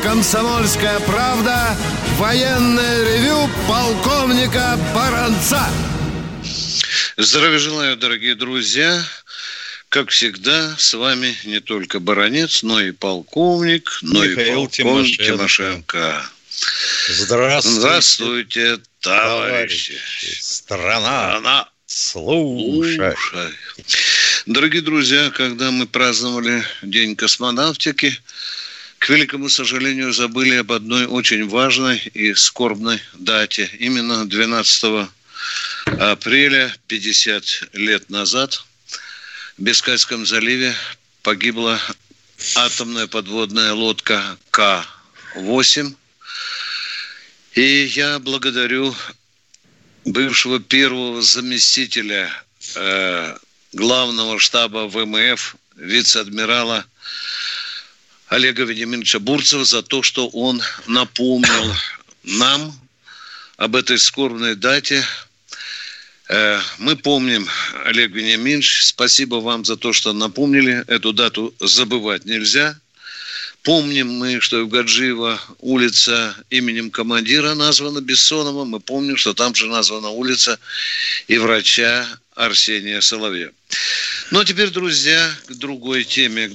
«Комсомольская правда» военное ревю полковника Баранца. Здравия желаю, дорогие друзья. Как всегда, с вами не только Баранец, но и полковник, но Михаил и полковник Тимошенко. Здравствуйте, товарищи. Страна, слушай. Дорогие друзья, когда мы праздновали День космонавтики, к великому сожалению, забыли об одной очень важной и скорбной дате. Именно 12 апреля 50 лет назад в Бискайском заливе погибла атомная подводная лодка К-8. И я благодарю бывшего первого заместителя главного штаба ВМФ, вице-адмирала Олега Вениаминовича Бурцева за то, что он напомнил нам об этой скорбной дате. Мы помним, Олег Вениаминович, спасибо вам за то, что напомнили. Эту дату забывать нельзя. Помним мы, что в Гаджиево улица именем командира названа Бессонова. Мы помним, что там же названа улица и врача Арсения Соловьева. Ну, а теперь, друзья, к другой теме.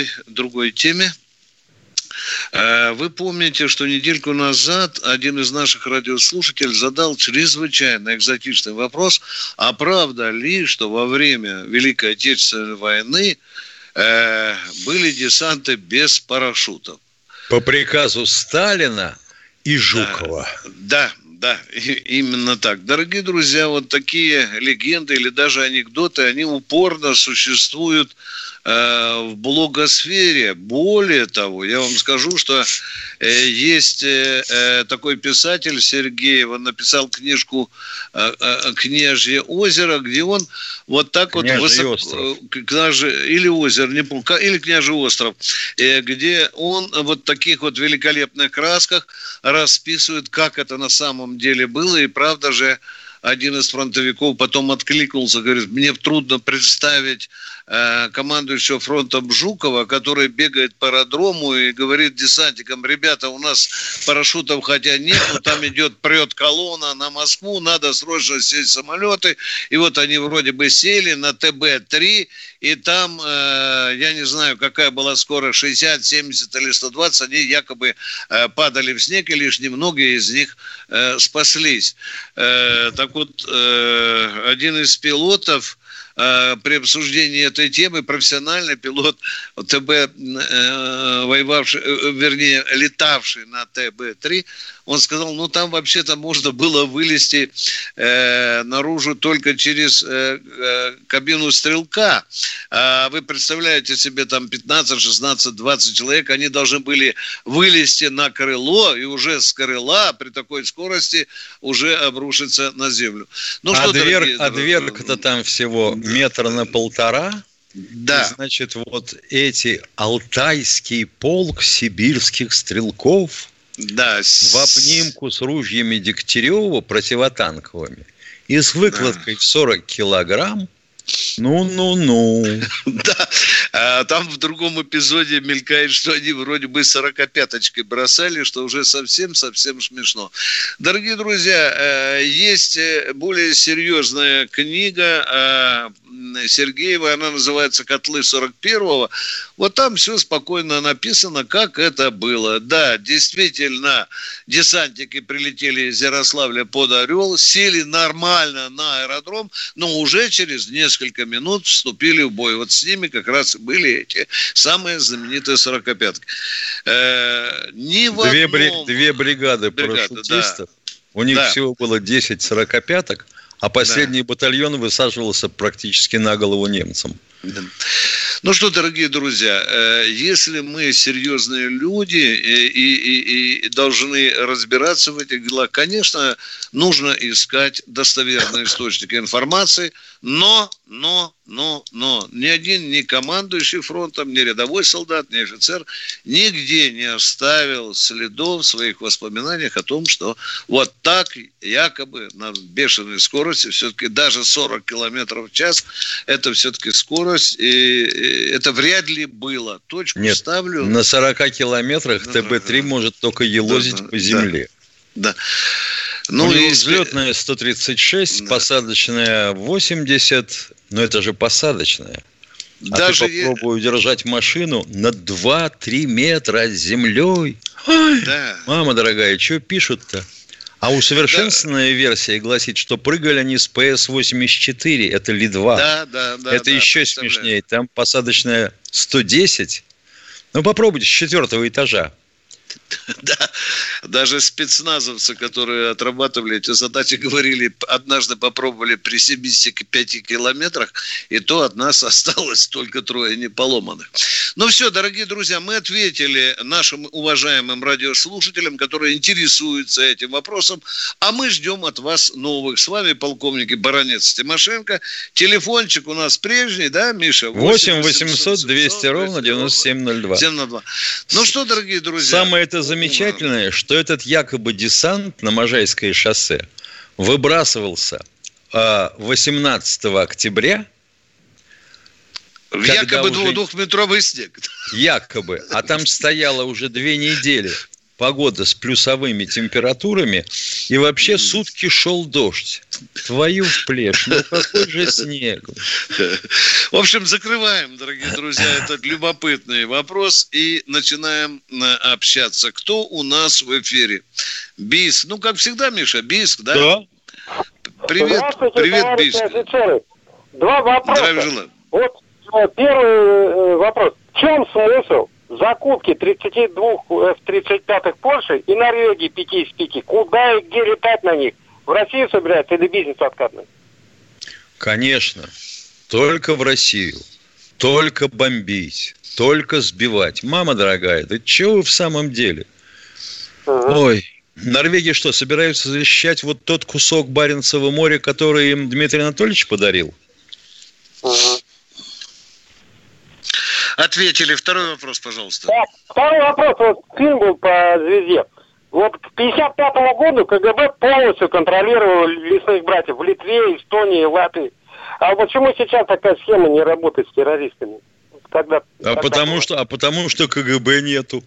Вы помните, что недельку назад один из наших радиослушателей задал чрезвычайно экзотичный вопрос, а правда ли, что во время Великой Отечественной войны были десанты без парашютов? По приказу Сталина и Жукова. Да, именно так. Дорогие друзья, вот такие легенды или даже анекдоты, они упорно существуют в блогосфере. Более того, я вам скажу, что есть такой писатель Сергеев, он написал книжку «Княжье озеро», где он вот так вот высоко... Или озеро, не помню, или «Княжий остров», где он вот в таких вот великолепных красках расписывает, как это на самом деле было. И правда же, один из фронтовиков потом откликнулся, говорит, мне трудно представить командующего фронтом Жукова, который бегает по аэродрому и говорит десантникам, ребята, у нас парашютов хотя нет, но там прет колонна на Москву, надо срочно сесть в самолеты. И вот они вроде бы сели на ТБ-3, и там, я не знаю, какая была скорость, 60, 70 или 120, они якобы падали в снег, и лишь немногие из них спаслись. Так вот, один из пилотов при обсуждении этой темы, профессиональный пилот ТБ, летавший на ТБ-3, он сказал, ну там вообще-то можно было вылезти наружу только через кабину стрелка. Вы представляете себе, там 15, 16, 20 человек, они должны были вылезти на крыло, и уже с крыла при такой скорости уже обрушиться на землю. Ну, дверка-то там всего 1,5 метра. Да. И, значит, вот эти Алтайский полк сибирских стрелков, да, в обнимку с ружьями Дегтярева противотанковыми и с выкладкой в 40 килограмм. Ну. Да, а там в другом эпизоде мелькает, что они вроде бы 45-очкой бросали, что уже совсем смешно. Дорогие друзья, есть более серьезная книга Сергеева, она называется «Котлы 41-го». Вот там все спокойно написано, как это было. Да, действительно, десантники прилетели из Ярославля под Орел, сели нормально на аэродром, но уже через несколько минут вступили в бой. Вот с ними как раз были эти самые знаменитые 45-ки. Две бригады парашютистов. Да. У них всего было 10 45-ок, а последний батальон высаживался практически на голову немцам. Да. Ну что, дорогие друзья, если мы серьезные люди и должны разбираться в этих делах, конечно, нужно искать достоверные источники информации, но ни один, ни командующий фронтом, ни рядовой солдат, ни офицер нигде не оставил следов в своих воспоминаниях о том, что вот так якобы на бешеной скорости, все-таки даже 40 километров в час, это все-таки скорость, скорость, и это вряд ли было. Точку Нет, ставлю. На 40 километрах ТБ-3 может только елозить по земле. Да. Ну, и взлетная 136, посадочная 80, но это же посадочная. Даже ты попробуй удержать машину на 2-3 метра с землей. Ой, да. Мама дорогая, что пишут-то? А усовершенствованная версия гласит, что прыгали они с ПС-84, это Ли-2. Да, это еще смешнее. Там посадочная 110. Ну, попробуйте с 4-го этажа. Да, даже спецназовцы, которые отрабатывали эти задачи, говорили, однажды попробовали при 75 километрах, и то от нас осталось только 3 неполоманных. Ну все, дорогие друзья, мы ответили нашим уважаемым радиослушателям, которые интересуются этим вопросом, а мы ждем от вас новых. С вами полковник и баронец Тимошенко. Телефончик у нас прежний, да, Миша? 8 800 200 ровно 9702. 702. Ну что, дорогие друзья. Самое это замечательное, что этот якобы десант на Можайское шоссе выбрасывался 18 октября. Якобы двухметровый снег. Якобы. А там стояла уже 2 недели погода с плюсовыми температурами, и вообще сутки шел дождь. Твою в плешь, ну какой же снег. В общем, закрываем, дорогие друзья, этот любопытный вопрос и начинаем общаться. Кто у нас в эфире? Бийск. Ну, как всегда, Миша, Бийск, да? Да. Привет, Бийск. Офицеры. 2 вопроса. Здравия желаю. Вот первый вопрос. В чем смысл закупки 32 F-35 Польши и Норвегии 5 из 5? Куда и где летать на них? В Россию собираются или бизнес откатывать? Конечно. Только в Россию. Только бомбить. Только сбивать. Мама дорогая, да чего вы в самом деле? Ой, Норвегия что, собираются защищать вот тот кусок Баренцева моря, который им Дмитрий Анатольевич подарил? Ответили. Второй вопрос, пожалуйста. Так, второй вопрос. Вот фильм был по звезде. Вот к 1955 году КГБ полностью контролировал лесных братьев в Литве, Эстонии, Латвии. А почему сейчас такая схема не работает с террористами? Потому что КГБ нету.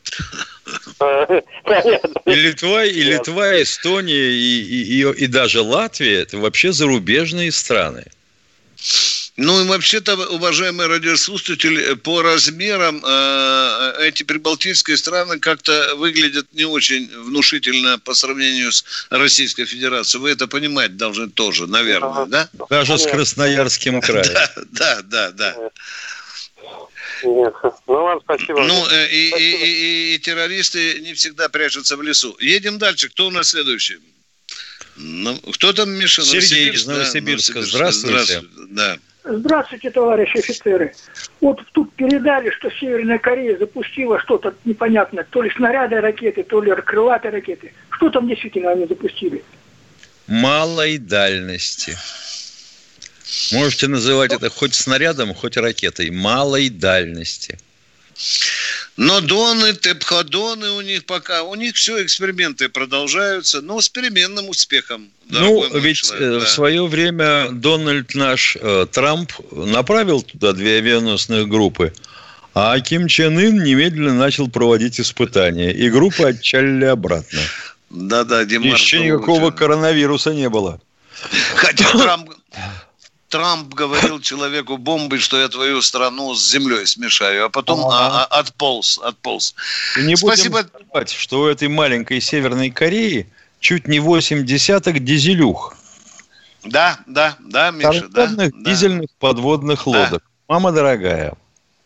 И Литва, Эстония, и даже Латвия – это вообще зарубежные страны. Ну и вообще-то, уважаемые радиослушатели, по размерам эти прибалтийские страны как-то выглядят не очень внушительно по сравнению с Российской Федерацией. Вы это понимать должны тоже, наверное, да? Даже с Красноярским краем. Да. Ну, вам спасибо. Ну, и террористы не всегда прячутся в лесу. Едем дальше. Кто у нас следующий? Ну, кто там, Миша? Сергей из Новосибирска. Здравствуйте. Да. Здравствуйте, товарищи офицеры. Вот тут передали, что Северная Корея запустила что-то непонятное. То ли снаряды ракеты, то ли крылатые ракеты. Что там действительно они запустили? Малой дальности. Можете называть это хоть снарядом, хоть ракетой. Малой дальности. Но доны, тепходоны у них пока... У них все эксперименты продолжаются, но с переменным успехом. Ну, ведь в свое время Дональд наш Трамп направил туда 2 авианосных группы, а Ким Чен Ын немедленно начал проводить испытания. И группы отчалили обратно. Да, Димар. Еще никакого коронавируса не было. Хотя Трамп говорил человеку бомбы, что я твою страну с землей смешаю, а потом отполз. И не будем забывать, что у этой маленькой Северной Кореи чуть не 8 десяток дизелюх. Да, Миша. Дизельных подводных лодок. Мама дорогая.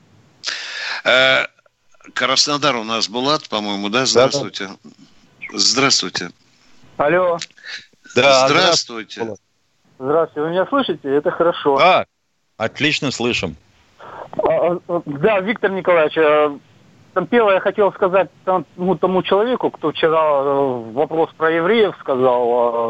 Краснодар у нас Булат, по-моему, да? Здравствуйте. Здравствуйте. Алло. Да, здравствуйте. Здравствуйте, вы меня слышите? Это хорошо. Да, отлично слышим. Да, Виктор Николаевич, первое я хотел сказать тому человеку, кто вчера вопрос про евреев сказал.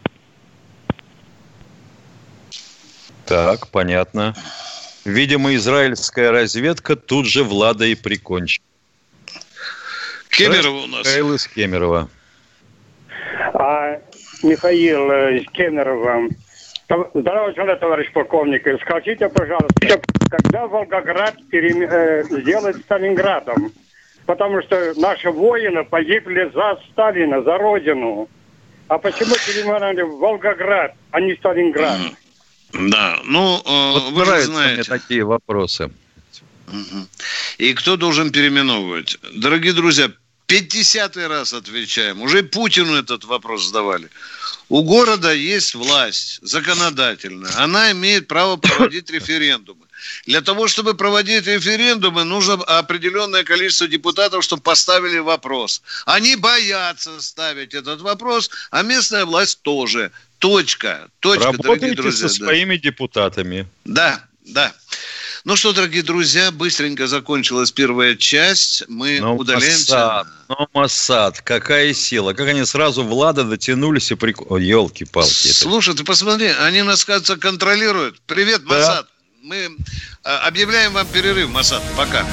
Так, понятно. Видимо, израильская разведка тут же Влада и прикончит. Кемерово у нас. Михаил из Кемерово. Михаил из Кемерово. Здравствуйте, товарищ полковник. Скажите, пожалуйста, когда Волгоград сделают Сталинградом? Потому что наши воины погибли за Сталина, за Родину. А почему переименовали Волгоград, а не Сталинград? Да, вот вы же знаете. Мне такие вопросы. И кто должен переименовывать? Дорогие друзья, 50-й раз отвечаем. Уже Путину этот вопрос задавали. У города есть власть законодательная. Она имеет право проводить референдумы. Для того, чтобы проводить референдумы, нужно определенное количество депутатов, чтобы поставили вопрос. Они боятся ставить этот вопрос, а местная власть тоже. Точка, дорогие друзья. Со своими депутатами. Да. Ну что, дорогие друзья, быстренько закончилась первая часть. Мы удаляемся. Моссад, какая сила. Как они сразу Влада дотянулись и елки-палки. Слушай, ты посмотри, они нас, кажется, контролируют. Привет, Моссад. Мы объявляем вам перерыв, Моссад. Пока.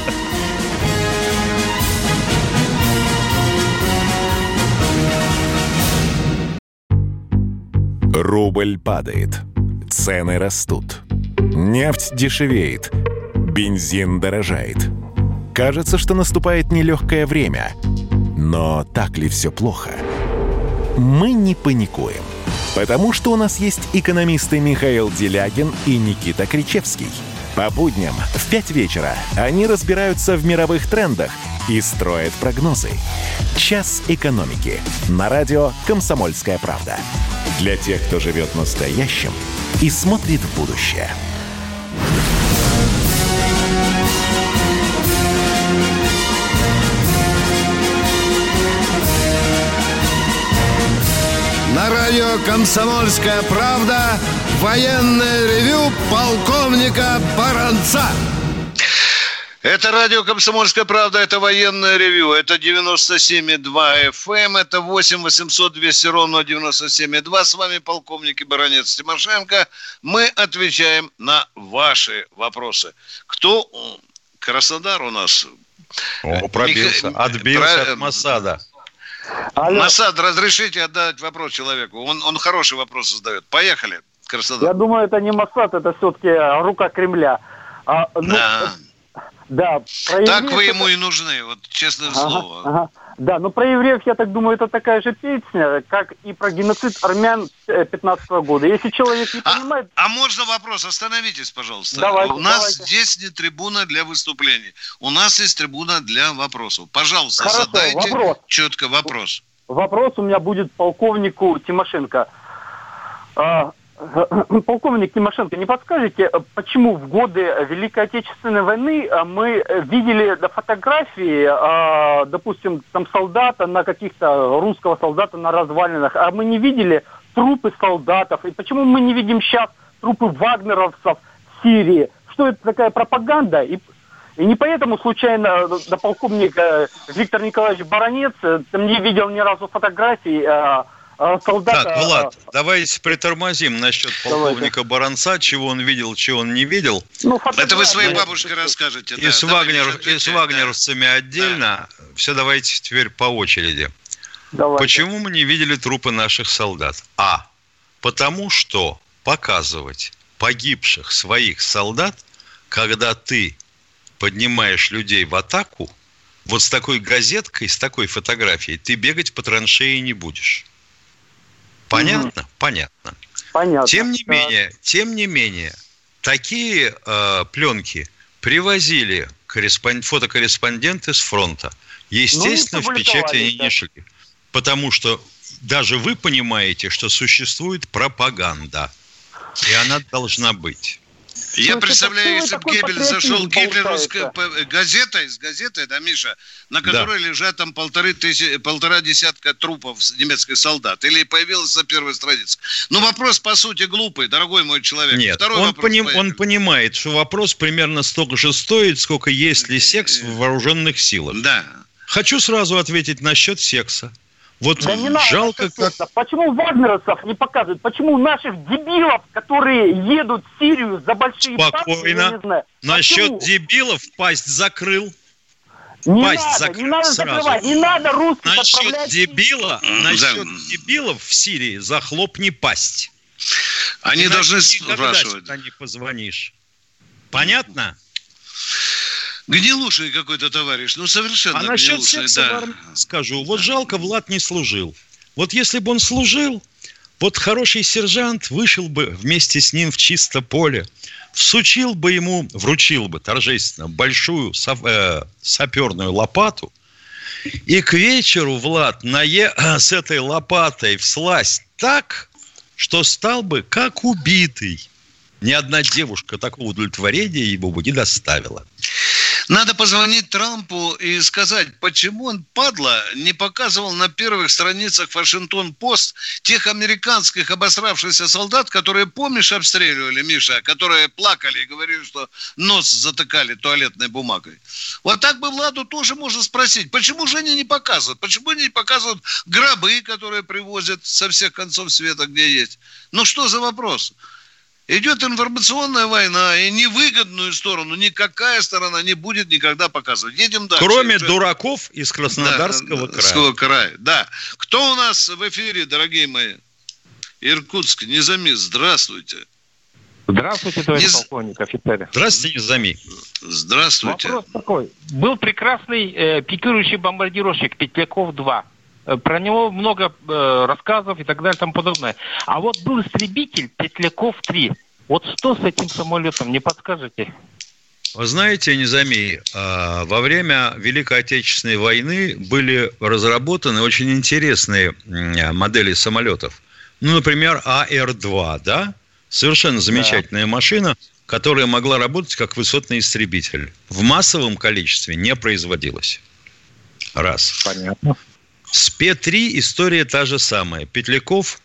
Рубль падает. Цены растут. Нефть дешевеет. Бензин дорожает. Кажется, что наступает нелегкое время. Но так ли все плохо? Мы не паникуем. Потому что у нас есть экономисты Михаил Делягин и Никита Кричевский. По будням в 5 вечера они разбираются в мировых трендах и строят прогнозы. «Час экономики» на радио «Комсомольская правда». Для тех, кто живет настоящим и смотрит в будущее. На радио «Комсомольская правда» военное ревю полковника Баранца. Это радио «Комсомольская правда», это военное ревю, это 97,2 FM, это 8 800 200 ровно 97,2. С вами полковник и баронец Тимошенко. Мы отвечаем на ваши вопросы. Кто? Краснодар у нас. Пробился, отбился от Моссада. Моссад, разрешите отдать вопрос человеку? Он хороший вопрос задает. Поехали, Краснодар. Я думаю, это не Моссад, это все-таки рука Кремля. Да, так вы ему и нужны, вот честное слово. Да, но про евреев, я так думаю, это такая же песня, как и про геноцид армян 15 года. Если человек не понимает... А можно вопрос? Остановитесь, пожалуйста. Давайте, у нас здесь не трибуна для выступлений. У нас есть трибуна для вопросов. Пожалуйста, задайте четко вопрос. Вопрос у меня будет полковнику Тимошенко. Полковник Тимошенко, не подскажете, почему в годы Великой Отечественной войны мы видели фотографии, допустим, там солдата на каких-то, русского солдата на развалинах, а мы не видели трупы солдатов? И почему мы не видим сейчас трупы вагнеровцев в Сирии? Что это такая пропаганда? И не поэтому случайно полковник Виктор Николаевич Баранец не видел ни разу фотографий солдата... Так, Влад, давайте притормозим насчет полковника Баранца, чего он видел, чего он не видел. Это вы своей бабушке расскажете. И с вагнеровцами отдельно. Да. Все, давайте теперь по очереди. Давайте. Почему мы не видели трупы наших солдат? Потому что показывать погибших своих солдат, когда ты поднимаешь людей в атаку, вот с такой газеткой, с такой фотографией, ты бегать по траншеи не будешь. Понятно? Понятно. Тем не менее, такие пленки привозили фотокорреспонденты с фронта. Естественно, в печать они не шли. Потому что даже вы понимаете, что существует пропаганда. И она должна быть. Я представляю, если бы Геббель зашел гитлеровской газетой, да, Миша, на которой лежат там полтора десятка трупов немецких солдат, или появилась на первой странице. Ну, вопрос, по сути, глупый, дорогой мой человек. Нет, он понимает, что вопрос примерно столько же стоит, сколько есть ли секс в вооруженных силах. Да. Хочу сразу ответить насчет секса. Вот да жалко, как... Почему вагнеровцев не показывают? Почему наших дебилов, которые едут в Сирию за большие бабки, я не знаю. Насчет дебилов пасть закрыл. Не надо закрывать, не надо русских отправлять. Насчет дебилов в Сирии захлопни пасть. Они должны спрашивать. Когда не позвонишь. Понятно? Гнилушный какой-то товарищ. Ну, совершенно гнилушный. А насчет секса в армии скажу. Вот жалко, Влад не служил. Вот если бы он служил, вот хороший сержант вышел бы вместе с ним в чисто поле, вручил бы торжественно большую саперную лопату, и к вечеру Влад с этой лопатой всласть так, что стал бы как убитый. Ни одна девушка такого удовлетворения его бы не доставила. Надо позвонить Трампу и сказать, почему он, падла, не показывал на первых страницах Вашингтон-Пост тех американских обосравшихся солдат, которые, помнишь, обстреливали, Миша, которые плакали и говорили, что нос затыкали туалетной бумагой. Вот так бы Владу тоже можно спросить, почему же они не показывают? Почему они не показывают гробы, которые привозят со всех концов света, где есть? Ну что за вопрос? Идет информационная война, и невыгодную сторону никакая сторона не будет никогда показывать. Едем дальше. Кроме дураков из Краснодарского края. Да. Кто у нас в эфире, дорогие мои? Иркутск, Низами, здравствуйте. Здравствуйте, товарищ полковник, офицеры. Здравствуйте, Низами. Здравствуйте. Вопрос такой. Был прекрасный пикирующий бомбардировщик Петляков-2. Про него много рассказов и так далее и тому подобное. А вот был истребитель Петляков-3. Вот что с этим самолетом, не подскажете? Вы знаете, Низами, во время Великой Отечественной войны были разработаны очень интересные модели самолетов. Ну, например, АР-2, да? Совершенно замечательная машина, которая могла работать как высотный истребитель. В массовом количестве не производилась. Раз. Понятно. С П-3 история та же самая. Петляков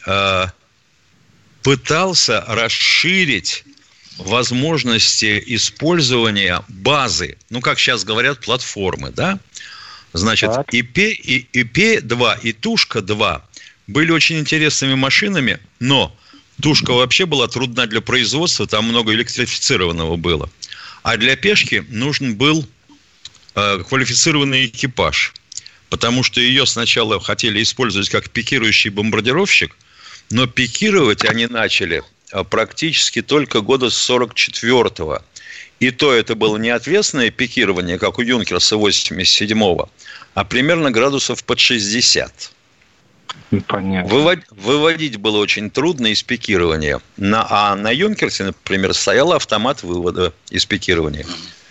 пытался расширить возможности использования базы, ну, как сейчас говорят, платформы, да? Значит, и П-2, и Тушка-2 были очень интересными машинами, но Тушка вообще была трудна для производства, там много электрифицированного было. А для пешки нужен был квалифицированный экипаж. Потому что ее сначала хотели использовать как пикирующий бомбардировщик, но пикировать они начали практически только года с 44-го. И то это было не ответственное пикирование, как у Юнкерса 87-го, а примерно градусов под 60. Понятно. Выводить было очень трудно из пикирования. А на Юнкерсе, например, стоял автомат вывода из пикирования.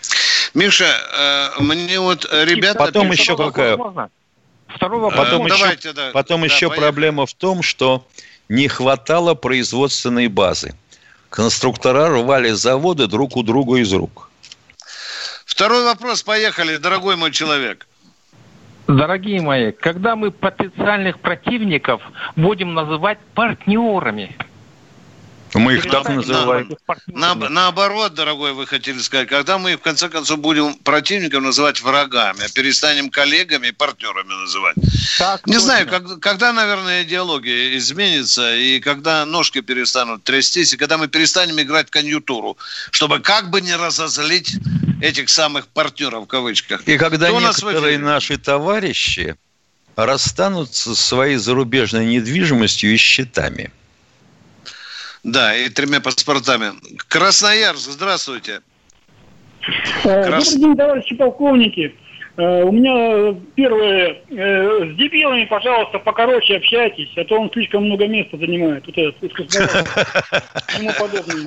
Миша, мне вот ребята... Потом еще какая... Второй вопрос. Потом еще проблема в том, что не хватало производственной базы. Конструктора рвали заводы друг у друга из рук. Второй вопрос, поехали, дорогой мой человек. Дорогие мои, когда мы потенциальных противников будем называть партнерами? Мы их так называем. Наоборот, дорогой, вы хотели сказать, когда мы, в конце концов, будем противников называть врагами, а перестанем коллегами и партнерами называть. Так, не знаю, когда, наверное, идеология изменится, и когда ножки перестанут трястись, и когда мы перестанем играть в конъюнктуру, чтобы как бы не разозлить этих самых партнеров, в кавычках. И когда некоторые наши товарищи расстанутся со своей зарубежной недвижимостью и счетами. Да, и 3 паспортами. Красноярск, здравствуйте. Добрый день, товарищи полковники. У меня первое. С дебилами, пожалуйста, покороче общайтесь, а то он слишком много места занимает. Вот это, ему подобное.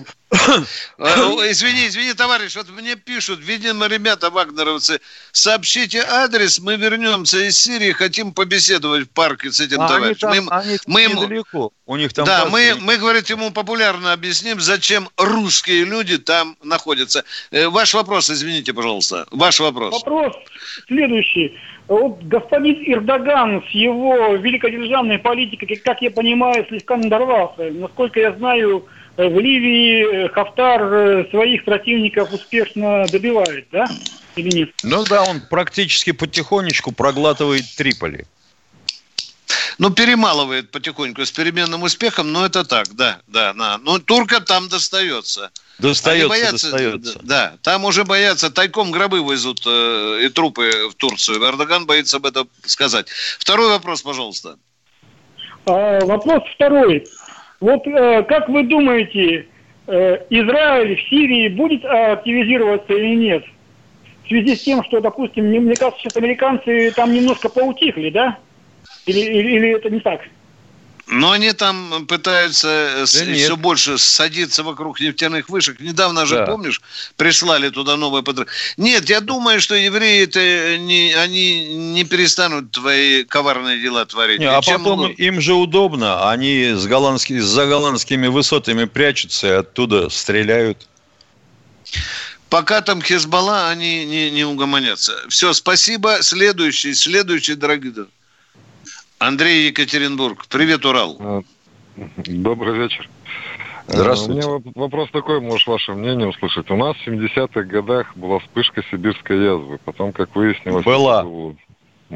Извини, товарищ, вот мне пишут, видимо, ребята вагнеровцы, сообщите адрес, мы вернемся из Сирии, хотим побеседовать в парке с этим товарищем. Мы недалеко. У них там мы, говорит, ему популярно объясним, зачем русские люди там находятся. Ваш вопрос, извините, пожалуйста. Ваш вопрос. Вопрос следующий. Вот господин Эрдоган с его великодержавной политикой, как я понимаю, слегка надорвался. Насколько я знаю, в Ливии Хафтар своих противников успешно добивает, да? Или нет? Ну да, он практически потихонечку проглатывает Триполи. Ну, перемалывает потихоньку с переменным успехом, но это так, да. Ну, туркам там достается. Достается. Да, там уже боятся, тайком гробы везут и трупы в Турцию. Эрдоган боится об этом сказать. Второй вопрос, пожалуйста. Вопрос второй. Вот как вы думаете, Израиль в Сирии будет активизироваться или нет? В связи с тем, что, допустим, мне кажется, сейчас американцы там немножко поутихли, да? Или это не так? Но они там пытаются все больше садиться вокруг нефтяных вышек. Недавно же, помнишь, прислали туда новые подрывы. Нет, я думаю, что евреи-то они не перестанут твои коварные дела творить. А потом им же удобно. Они за голландскими высотами прячутся и оттуда стреляют. Пока там Хезболла, они не угомонятся. Все, спасибо. Следующий, дорогие. Андрей, Екатеринбург. Привет, Урал. Добрый вечер. Здравствуйте. У меня вопрос такой, может, ваше мнение услышать. У нас в 70-х годах была вспышка сибирской язвы. Потом, как выяснилось... Была. И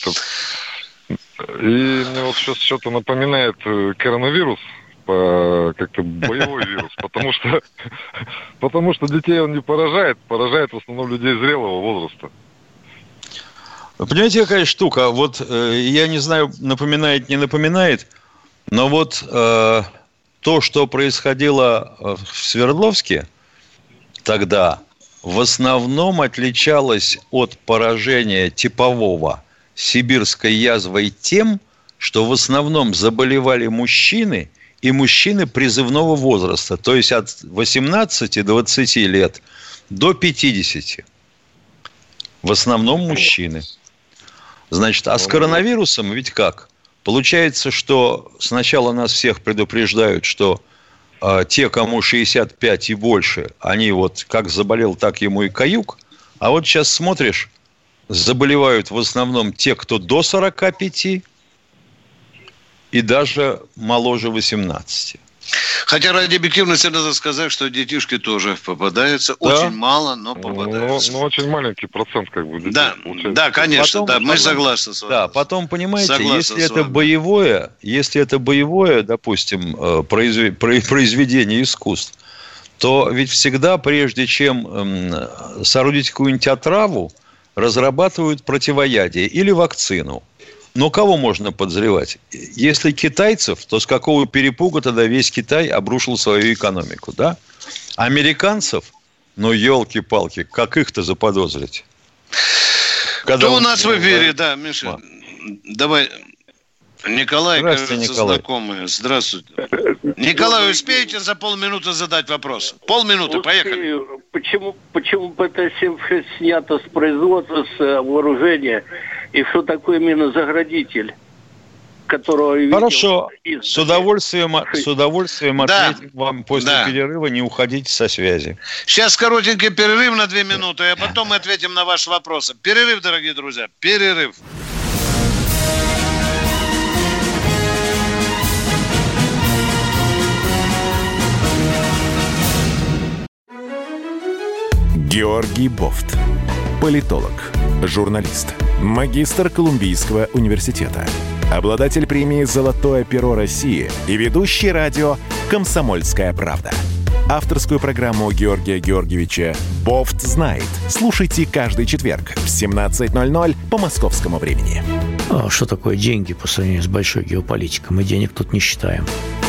мне вот сейчас что-то напоминает коронавирус, как-то боевой вирус. Потому что детей он не поражает в основном людей зрелого возраста. Понимаете, какая штука? Вот я не знаю, напоминает, не напоминает, но вот то, что происходило в Свердловске тогда, в основном отличалось от поражения типового сибирской язвой тем, что в основном заболевали мужчины и мужчины призывного возраста, то есть от 18-20 лет до 50. В основном мужчины. Значит, а с коронавирусом ведь как? Получается, что сначала нас всех предупреждают, что те, кому 65 и больше, они вот как заболел, так ему и каюк. А вот сейчас смотришь, заболевают в основном те, кто до 45 и даже моложе 18. Хотя ради объективности надо сказать, что детишки тоже попадаются. Да. Очень мало, но попадаются. Ну, очень маленький процент, как бы, детей. Да, конечно, потом, мы согласны с вами. Да, потом, понимаете, если это боевое, допустим, произведение искусств, то ведь всегда, прежде чем соорудить какую-нибудь отраву, разрабатывают противоядие или вакцину. Но кого можно подозревать? Если китайцев, то с какого перепуга тогда весь Китай обрушил свою экономику, да? Американцев, ну, елки-палки, как их-то заподозрить? Кто у нас в эфире, да, Миша? Давай. Николай, кажется, Николай. Знакомый. Здравствуйте. Николай, успеете за полминуты задать вопрос? Полминуты, поехали. Почему ПТ-76 снято с производства, с вооружения? И что такое минозаградитель? Которого Хорошо, с удовольствием ответим вам после перерыва, не уходите со связи. Сейчас коротенький перерыв на 2 минуты, а потом мы ответим на ваши вопросы. Перерыв, дорогие друзья, перерыв. Георгий Бофт. Политолог, журналист, магистр Колумбийского университета, обладатель премии «Золотое перо России» и ведущий радио «Комсомольская правда». Авторскую программу Георгия Георгиевича «Бофт знает». Слушайте каждый четверг в 17:00 по московскому времени. Что такое деньги по сравнению с большой геополитикой? Мы денег тут не считаем.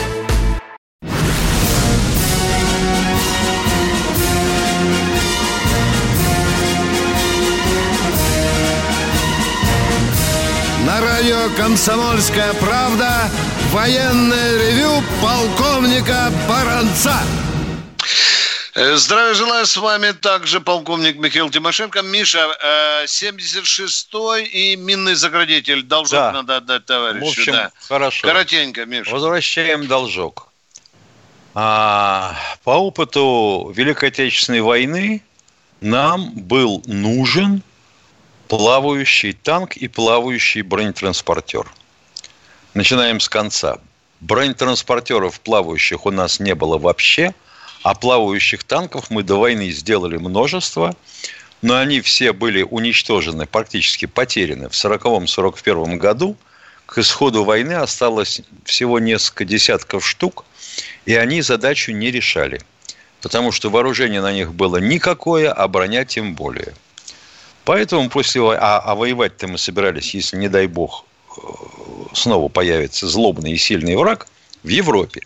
На радио «Комсомольская правда» военное ревю полковника Баранца. Здравия желаю, с вами также полковник Михаил Тимошенко. Миша, 76-й и минный заградитель. Должок надо отдать товарищу. В общем, хорошо. Коротенько, Миша. Возвращаем должок. По опыту Великой Отечественной войны нам был нужен плавающий танк и плавающий бронетранспортер. Начинаем с конца. Бронетранспортеров плавающих у нас не было вообще, а плавающих танков мы до войны сделали множество, но они все были уничтожены, практически потеряны в 1940-1941 году. К исходу войны осталось всего несколько десятков штук, и они задачу не решали, потому что вооружение на них было никакое, а броня тем более. Поэтому а воевать-то мы собирались, если, не дай бог, снова появится злобный и сильный враг в Европе.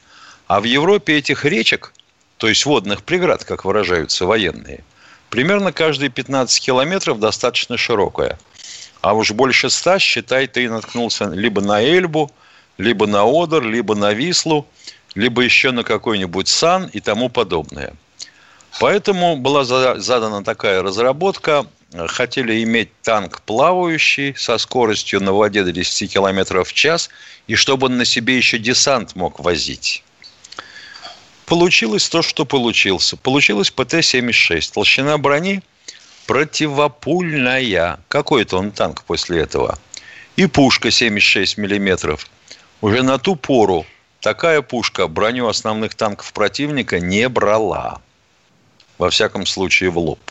А в Европе этих речек, то есть водных преград, как выражаются военные, примерно каждые 15 километров достаточно широкая. А уж больше 100, считай, ты наткнулся либо на Эльбу, либо на Одер, либо на Вислу, либо еще на какой-нибудь Сан и тому подобное. Поэтому была задана такая разработка. Хотели иметь танк плавающий со скоростью на воде до 10 км в час, и чтобы он на себе еще десант мог возить. Получилось то, что получилось. Получилось ПТ-76. Толщина брони противопульная. Какой-то он танк после этого. И пушка 76 миллиметров. Уже на ту пору такая пушка броню основных танков противника не брала. Во всяком случае, в лоб.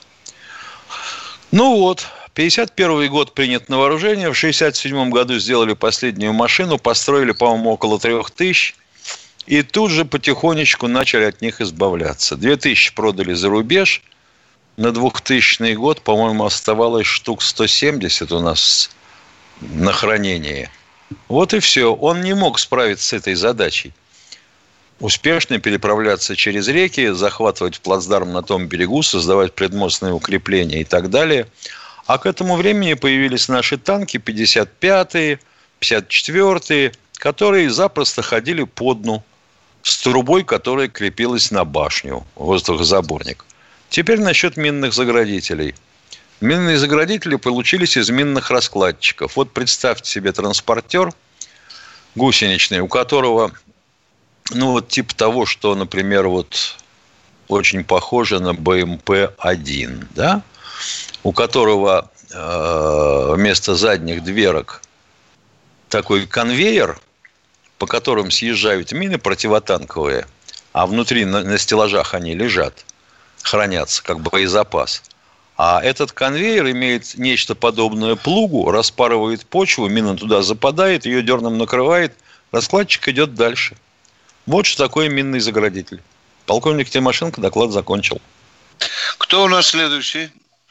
Ну вот, 51 год принят на вооружение. В 67 году сделали последнюю машину. Построили, по-моему, около 3000. И тут же потихонечку начали от них избавляться. 2000 продали за рубеж. На 2000 год, по-моему, оставалось штук 170 у нас на хранении. Вот и все. Он не мог справиться с этой задачей. Успешно переправляться через реки, захватывать плацдарм на том берегу, создавать предмостные укрепления и так далее. А к этому времени появились наши танки 55-е, 54-е, которые запросто ходили по дну с трубой, которая крепилась на башню, воздухозаборник. Теперь насчет минных заградителей. Минные заградители получились из минных раскладчиков. Вот представьте себе транспортер гусеничный, у которого, ну вот типа того, что, например, вот очень похоже на БМП-1, да? У которого вместо задних дверок такой конвейер, по которым съезжают мины противотанковые, а внутри на стеллажах они лежат, хранятся как боезапас. А этот конвейер имеет нечто подобное плугу, распарывает почву, мина туда западает, ее дерном накрывает, раскладчик идет дальше. Вот что такое минный заградитель. Полковник Тимошенко доклад закончил. Кто у нас следующий?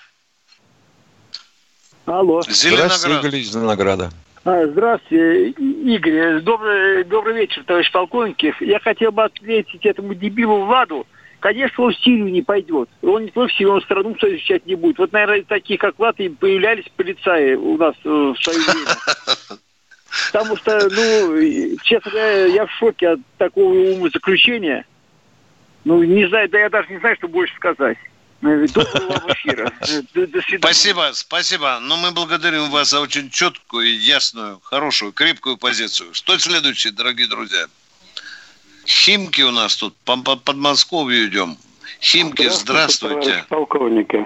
Алло. Здравствуйте, Игорь из Зеленограда. Здравствуйте, Игорь. Добрый вечер, товарищ полковник. Я хотел бы ответить этому дебилу Владу. Конечно, он в Сирию не пойдет. Он не только в Сирию, он страну защищать не будет. Вот, наверное, такие, как Влад, и появлялись полицаи у нас в свое время. Потому что, честно говоря, я в шоке от такого умозаключения. Не знаю, да я даже не знаю, что больше сказать. Доброго вам эфира. До свидания. Спасибо. Но мы благодарим вас за очень четкую, ясную, хорошую, крепкую позицию. Что следующее, дорогие друзья? Химки у нас тут, по Подмосковью идем. Химки, здравствуйте. Полковники.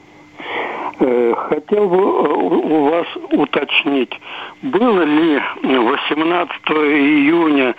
Хотел бы у вас уточнить, было ли 18 июня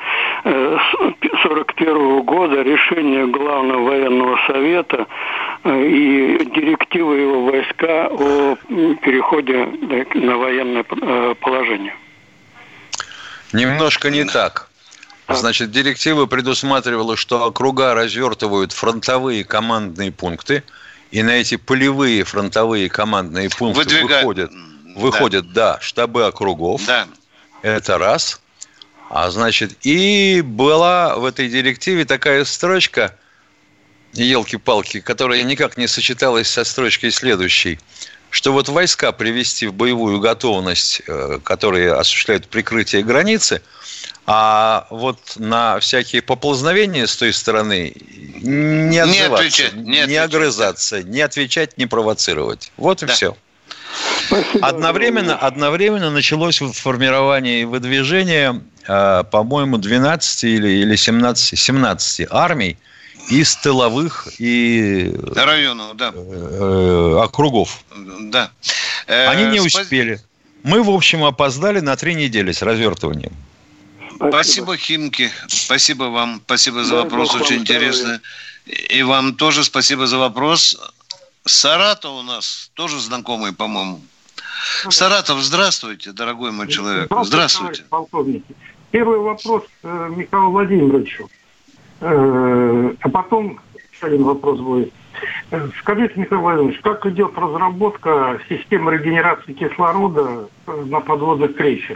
1941 года решение Главного военного совета и директива его войска о переходе на военное положение? Немножко не так. Значит, директива предусматривала, что округа развертывают фронтовые командные пункты, и на эти полевые фронтовые командные пункты выходят штабы округов. Да. Это раз. А значит, и была в этой директиве такая строчка, елки-палки, которая никак не сочеталась со строчкой следующей, что вот войска привести в боевую готовность, которые осуществляют прикрытие границы, а вот на всякие поползновения с той стороны не отзываться, не огрызаться, не отвечать, не провоцировать. Вот и все. Спасибо. Одновременно началось формирование и выдвижение, по-моему, 12 или 17 армий из тыловых и районов, округов. Да. Они не успели. Мы, в общем, опоздали на 3 недели с развертыванием. Спасибо, Химки. Спасибо вам. Спасибо за вопрос. Очень интересно. И вам тоже спасибо за вопрос. Саратов у нас тоже знакомый, по-моему. Саратов, здравствуйте, дорогой мой человек. Здравствуйте. Полковники. Первый вопрос Михаилу Владимировичу. А потом еще один вопрос будет. Скажите, Михаил Владимирович, как идет разработка системы регенерации кислорода на подводных крейсерах?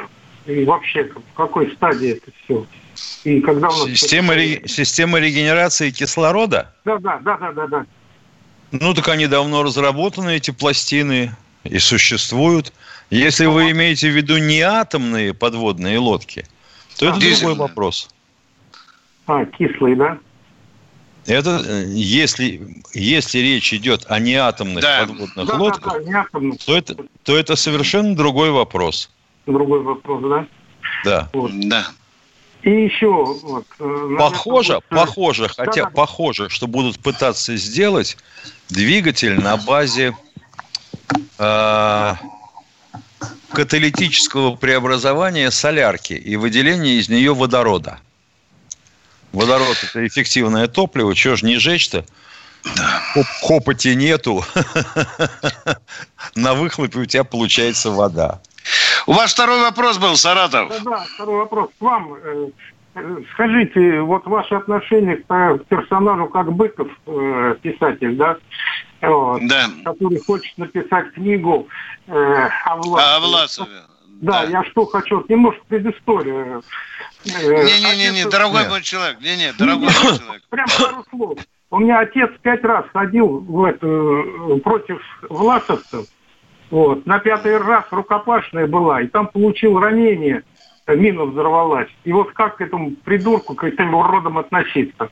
И вообще, в какой стадии это все? И когда у нас... Система регенерации кислорода? Да. Ну, так они давно разработаны, эти пластины, и существуют. Если вы имеете в виду не атомные подводные лодки, то это другой вопрос. Кислый, да? Это если речь идет о неатомных подводных лодках, то это совершенно другой вопрос. Другой вопрос, да? Да. Вот. Да. И еще вот, похоже, что будут пытаться сделать двигатель на базе каталитического преобразования солярки и выделения из нее водорода. Водород – это эффективное топливо, чего ж не жечь-то? Копоти нету. На выхлопе у тебя получается вода. У вас второй вопрос был, Саратов. Да, второй вопрос к вам. Скажите, вот ваше отношение к персонажу как Быков, писатель, да? Вот, да. Который хочет написать книгу о Власове. Да, я что хочу, немножко предысторию. Не, дорогой мой человек. Дорогой мой человек. Прям пару слов. У меня отец 5 раз ходил против власовцев. Вот. На 5-й раз рукопашная была, и там получил ранение, мина взорвалась. И вот как к этому придурку, к этим уродам относиться?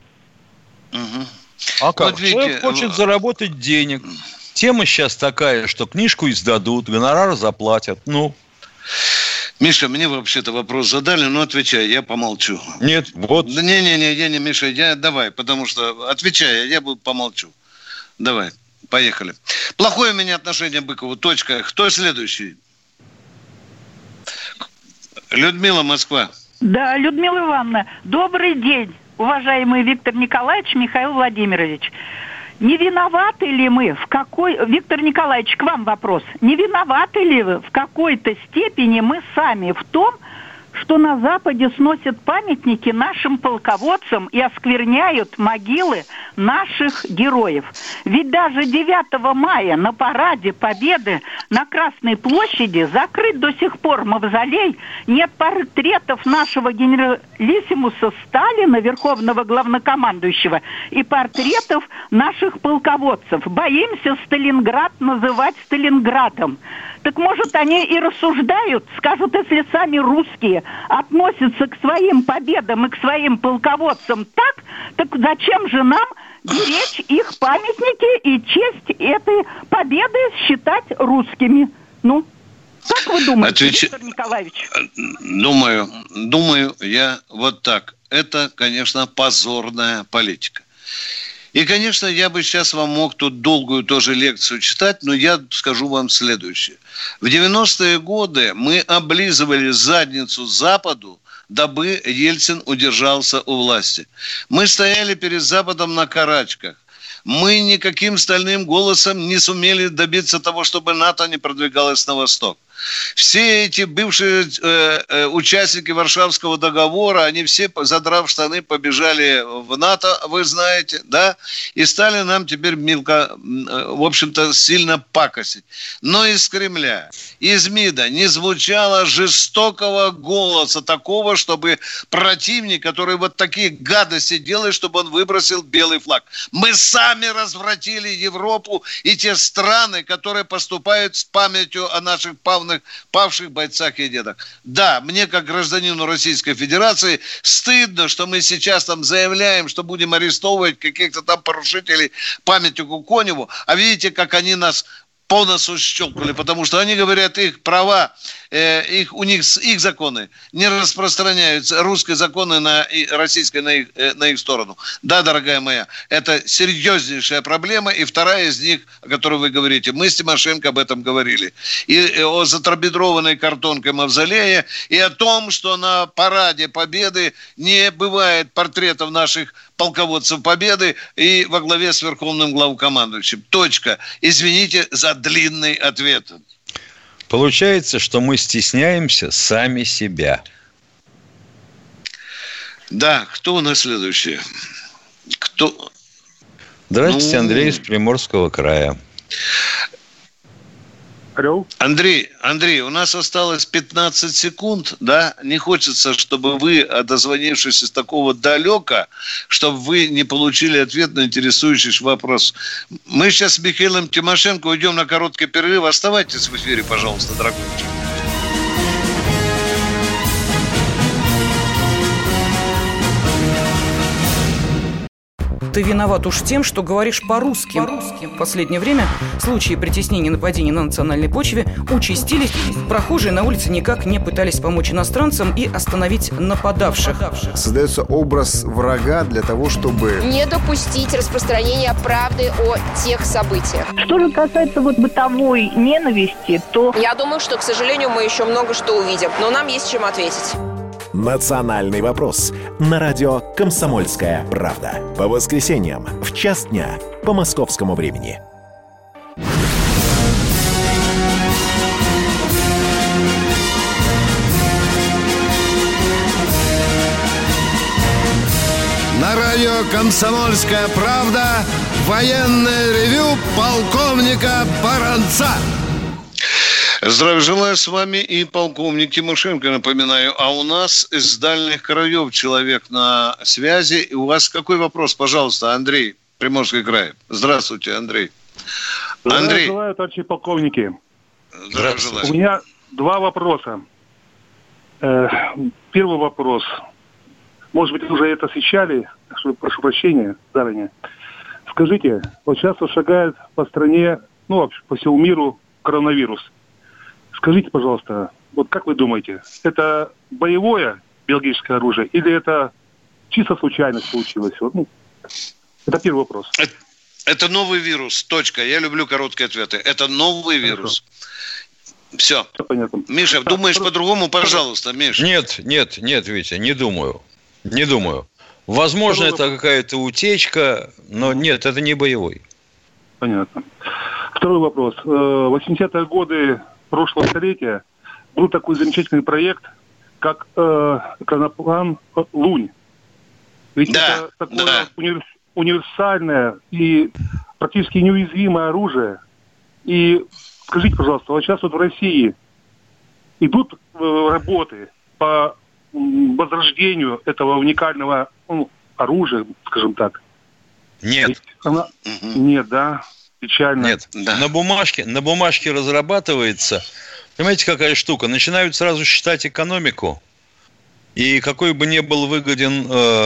А как? Человек хочет заработать денег. Тема сейчас такая, что книжку издадут, гонорар заплатят. Миша, мне вообще-то вопрос задали, но отвечай, я помолчу. Нет, вот. Не, Миша, давай, потому что отвечай, я помолчу. Давай, поехали. Плохое у меня отношение к Быкову, точка. Кто следующий? Людмила, Москва. Да, Людмила Ивановна, добрый день, уважаемый Виктор Николаевич, Михаил Владимирович. Не виноваты ли мы Виктор Николаевич, к вам вопрос. Не виноваты ли вы в какой-то степени мы сами в том, что на Западе сносят памятники нашим полководцам и оскверняют могилы наших героев? Ведь даже 9 мая на параде Победы на Красной площади закрыт до сих пор мавзолей, нет портретов нашего генералиссимуса Сталина, верховного главнокомандующего, и портретов наших полководцев. Боимся Сталинград называть Сталинградом. Так может они и рассуждают, скажут, если сами русские относятся к своим победам и к своим полководцам так зачем же нам беречь их памятники и честь этой победы считать русскими? Как вы думаете, Виктор Николаевич? Думаю я вот так. Это, конечно, позорная политика. И, конечно, я бы сейчас вам мог тут долгую тоже лекцию читать, но я скажу вам следующее. В 90-е годы мы облизывали задницу Западу, дабы Ельцин удержался у власти. Мы стояли перед Западом на карачках. Мы никаким стальным голосом не сумели добиться того, чтобы НАТО не продвигалось на восток. Все эти бывшие участники Варшавского договора, они все, задрав штаны, побежали в НАТО, вы знаете, да, и стали нам теперь мелко, в общем-то, сильно пакостить. Но из Кремля, из МИДа не звучало жестокого голоса такого, чтобы противник, который вот такие гадости делает, чтобы он выбросил белый флаг. Мы сами развратили Европу и те страны, которые поступают с памятью о наших павших бойцах и дедах. Да, мне, как гражданину Российской Федерации, стыдно, что мы сейчас там заявляем, что будем арестовывать каких-то там порушителей памятнику Коневу, а видите, как они нас по носу щелкали, потому что они говорят, их права, их законы не распространяются, русские законы российские на их сторону. Да, дорогая моя, это серьезнейшая проблема, и вторая из них, о которой вы говорите, мы с Тимошенко об этом говорили. И о затрабедрованной картонкой мавзолея, и о том, что на параде Победы не бывает портретов наших полководцев Победы и во главе с верховным главкомандующим. Точка. Извините за длинный ответ. Получается, что мы стесняемся сами себя. Да, кто у нас следующий? Здравствуйте, Андрей из Приморского края. Алло. Андрей, у нас осталось 15 секунд, да? Не хочется, чтобы вы, дозвонившись из такого далека, чтобы вы не получили ответ на интересующий вопрос. Мы сейчас с Михаилом Тимошенко уйдем на короткий перерыв. Оставайтесь в эфире, пожалуйста, дорогой. Ты виноват уж тем, что говоришь по-русски. В последнее время случаи притеснения и нападений на национальной почве участились. Прохожие на улице никак не пытались помочь иностранцам и остановить нападавших. Создается образ врага для того, чтобы не допустить распространения правды о тех событиях. Что же касается бытовой ненависти, то... Я думаю, что, к сожалению, мы еще много что увидим, но нам есть чем ответить. «Национальный вопрос» на радио «Комсомольская правда». По воскресеньям в 1:00 дня по московскому времени. На радио «Комсомольская правда» военное ревю полковника Баранца. Здравия желаю, с вами и полковник Тимошенко, напоминаю. А у нас из дальних краев человек на связи. И у вас какой вопрос, пожалуйста, Андрей, Приморский край. Здравствуйте, Андрей. Здравия желаю, товарищи полковники. Здравия желаю. У меня 2 вопроса. Первый вопрос. Может быть, уже это освещали, прошу прощения заранее. Скажите, вот сейчас шагает по стране, вообще по всему миру коронавирус. Скажите, пожалуйста, вот как вы думаете, это боевое биологическое оружие или это чисто случайность получилось? Это первый вопрос. Это новый вирус, точка. Я люблю короткие ответы. Это новый вирус. Все. Понятно. Миша, думаешь по-другому, пожалуйста, Миша. Нет, Витя, не думаю. Возможно, это какая-то утечка, но нет, это не боевой. Понятно. Второй вопрос. В 80-е годы прошлого столетия был такой замечательный проект, как экраноплан «Лунь». Ведь это такое универсальное и практически неуязвимое оружие. И скажите, пожалуйста, вот сейчас в России идут работы по возрождению этого уникального оружия, скажем так? Нет. Нет, да? Печально. Нет. Да. На бумажке разрабатывается. Понимаете, какая штука? Начинают сразу считать экономику. И какой бы ни был выгоден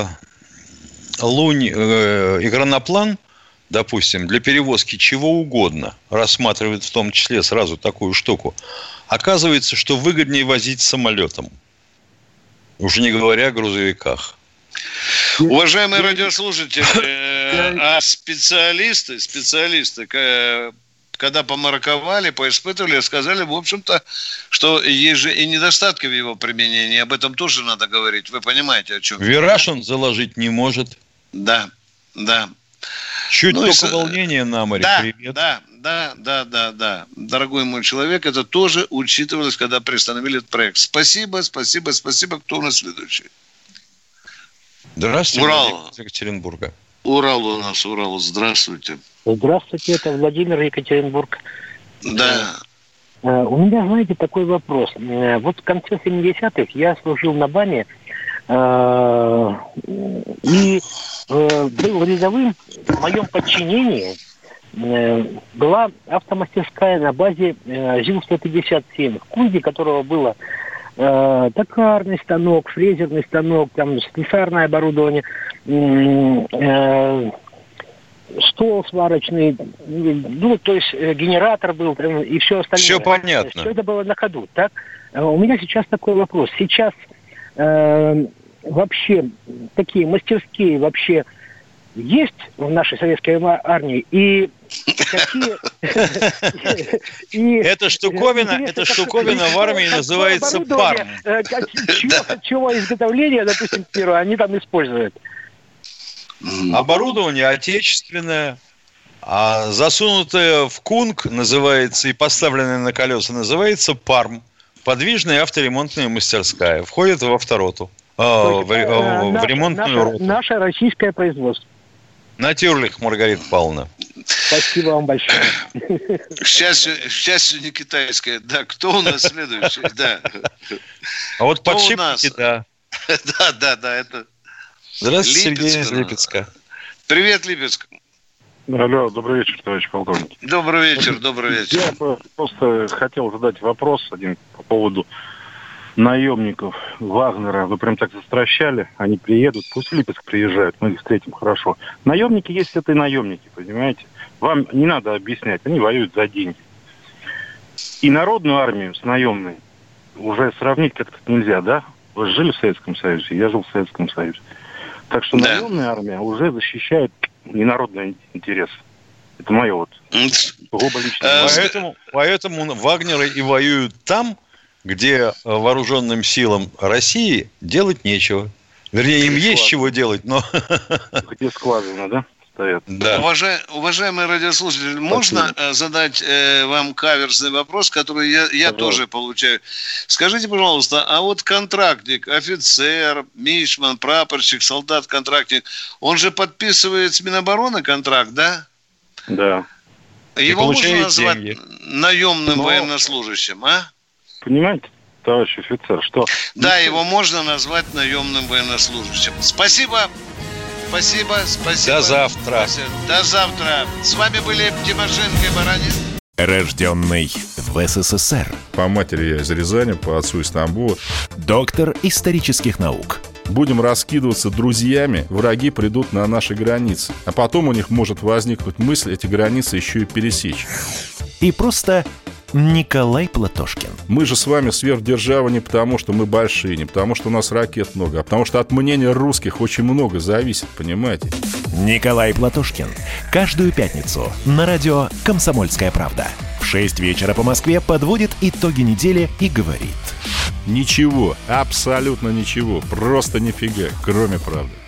экраноплан, допустим, для перевозки чего угодно, рассматривают в том числе сразу такую штуку, оказывается, что выгоднее возить самолетом. Уже не говоря о грузовиках. Уважаемые радиослушатели, а специалисты, когда помарковали, поиспытывали, сказали, в общем-то, что есть же и недостатки в его применении. Об этом тоже надо говорить. Вы понимаете, о чем? Вираж он заложить не может. Да. Чуть только волнение на море. Привет. Да. Дорогой мой человек, это тоже учитывалось, когда приостановили этот проект. Спасибо. Кто у нас следующий? Здравствуйте, Урал. из Екатеринбурга. Урал. Здравствуйте. Здравствуйте, это Владимир, Екатеринбург. Да. У меня, знаете, такой вопрос. Вот в конце 70-х я служил на БАМе и был рядовым. В моем подчинении была автомастерская на базе ЗИЛ-157, в кузне которого было токарный станок, фрезерный станок, там слесарное оборудование, стол сварочный, то есть генератор был и все остальное. Все понятно. Все это было на ходу, так? У меня сейчас такой вопрос. Сейчас вообще такие мастерские вообще есть в нашей советской армии? И какие... Эта штуковина в армии называется ПАРМ. Чего изготовления, допустим, первое, они там используют? Оборудование отечественное, а засунутое в кунг называется и поставленное на колеса называется ПАРМ. Подвижная авторемонтная мастерская. Входит в автороту. В ремонтную роту. Наше российское производство. Натюрлих, Маргарита Павловна. Спасибо вам большое. К счастью, не китайское. Да, кто у нас следующий? Да. А вот подшипники, да. Да, это... Здравствуйте, Сергей из Липецка. Привет, Липецк. Алло, добрый вечер, товарищ полковник. Добрый вечер. Я просто хотел задать вопрос один по поводу наемников Вагнера. Вы прям так застращали, они приедут, пусть в Липецк приезжают, мы их встретим хорошо. Наемники есть это и наемники, понимаете? Вам не надо объяснять, они воюют за деньги. И народную армию с наемной уже сравнить как-то нельзя, да? Вы жили в Советском Союзе, я жил в Советском Союзе. Так что наемная армия уже защищает ненародные интересы. Это мое вот сугубо личное. Поэтому вагнеры и воюют там, где вооруженным силам России делать нечего. Вернее, им есть чего делать, но... Где скважина, да? Стоят. Да. Уважаемые радиослушатели, можно задать вам каверзный вопрос, который я тоже получаю? Скажите, пожалуйста, а вот контрактник, офицер, мичман, прапорщик, солдат, контрактник, он же подписывает с Минобороны контракт, да? Да. Его можно назвать наемным военнослужащим, а? Понимаете, товарищ офицер, что... Да, его можно назвать наемным военнослужащим. Спасибо. До завтра. До завтра. С вами были Тимошенко и Баранин. Рожденный в СССР. По матери я из Рязани, по отцу из Тамбова. Доктор исторических наук. Будем раскидываться друзьями, враги придут на наши границы. А потом у них может возникнуть мысль эти границы еще и пересечь. И просто... Николай Платошкин. Мы же с вами сверхдержава не потому, что мы большие, не потому, что у нас ракет много, а потому что от мнения русских очень много зависит, понимаете? Николай Платошкин. Каждую пятницу на радио «Комсомольская правда». В 6 вечера по Москве подводит итоги недели и говорит: ничего, абсолютно ничего, просто нифига, кроме правды.